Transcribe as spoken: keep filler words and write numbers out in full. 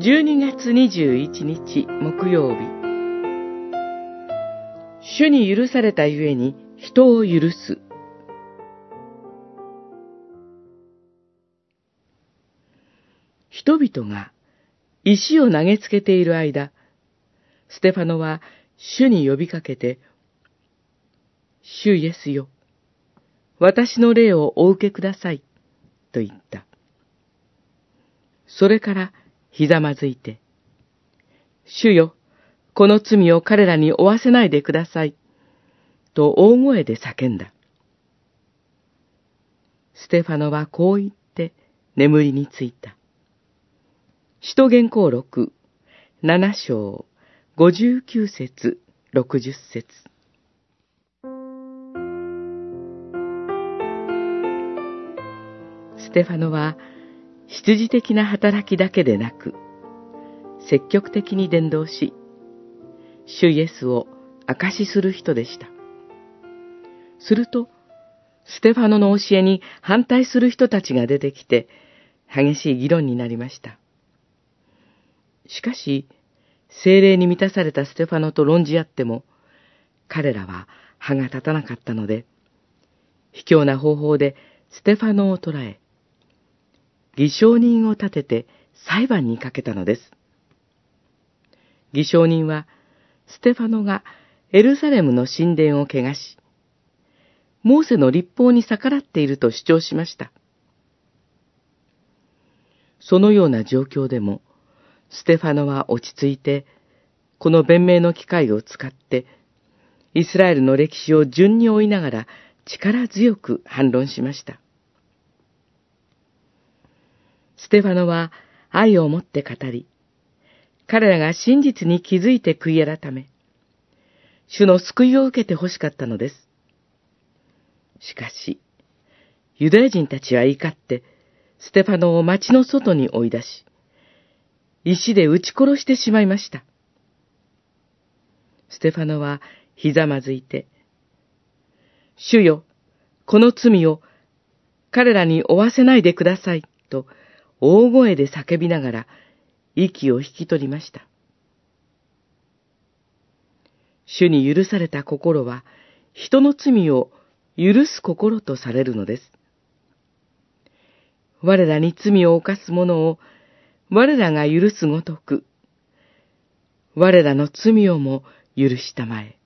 じゅうにがつにじゅういちにち木曜日。主に許されたゆえに人を許す。人々が石を投げつけている間、ステファノは主に呼びかけて、主イエスよ、私の霊をお受けください、と言った。それからひざまずいて、主よ、この罪を彼らに負わせないでください、と大声で叫んだ。ステファノはこう言って眠りについた。使徒言行録、なな章、ごじゅうきゅう節、ろくじゅっ節。ステファノは、必需的な働きだけでなく、積極的に伝道し、主イエスを証しする人でした。すると、ステファノの教えに反対する人たちが出てきて、激しい議論になりました。しかし、聖霊に満たされたステファノと論じ合っても、彼らは歯が立たなかったので、卑怯な方法でステファノを捕らえ、偽証人を立てて裁判にかけたのです。偽証人は、ステファノがエルサレムの神殿を汚し、モーセの律法に逆らっていると主張しました。そのような状況でも、ステファノは落ち着いて、この弁明の機会を使って、イスラエルの歴史を順に追いながら力強く反論しました。ステファノは愛をもって語り、彼らが真実に気づいて悔い改め、主の救いを受けて欲しかったのです。しかし、ユダヤ人たちは怒って、ステファノを町の外に追い出し、石で撃ち殺してしまいました。ステファノはひざまずいて、主よ、この罪を彼らに負わせないでください、と大声で叫びながら息を引き取りました。主に許された心は、人の罪を許す心とされるのです。我らに罪を犯す者を我らが許すごとく、我らの罪をも許したまえ。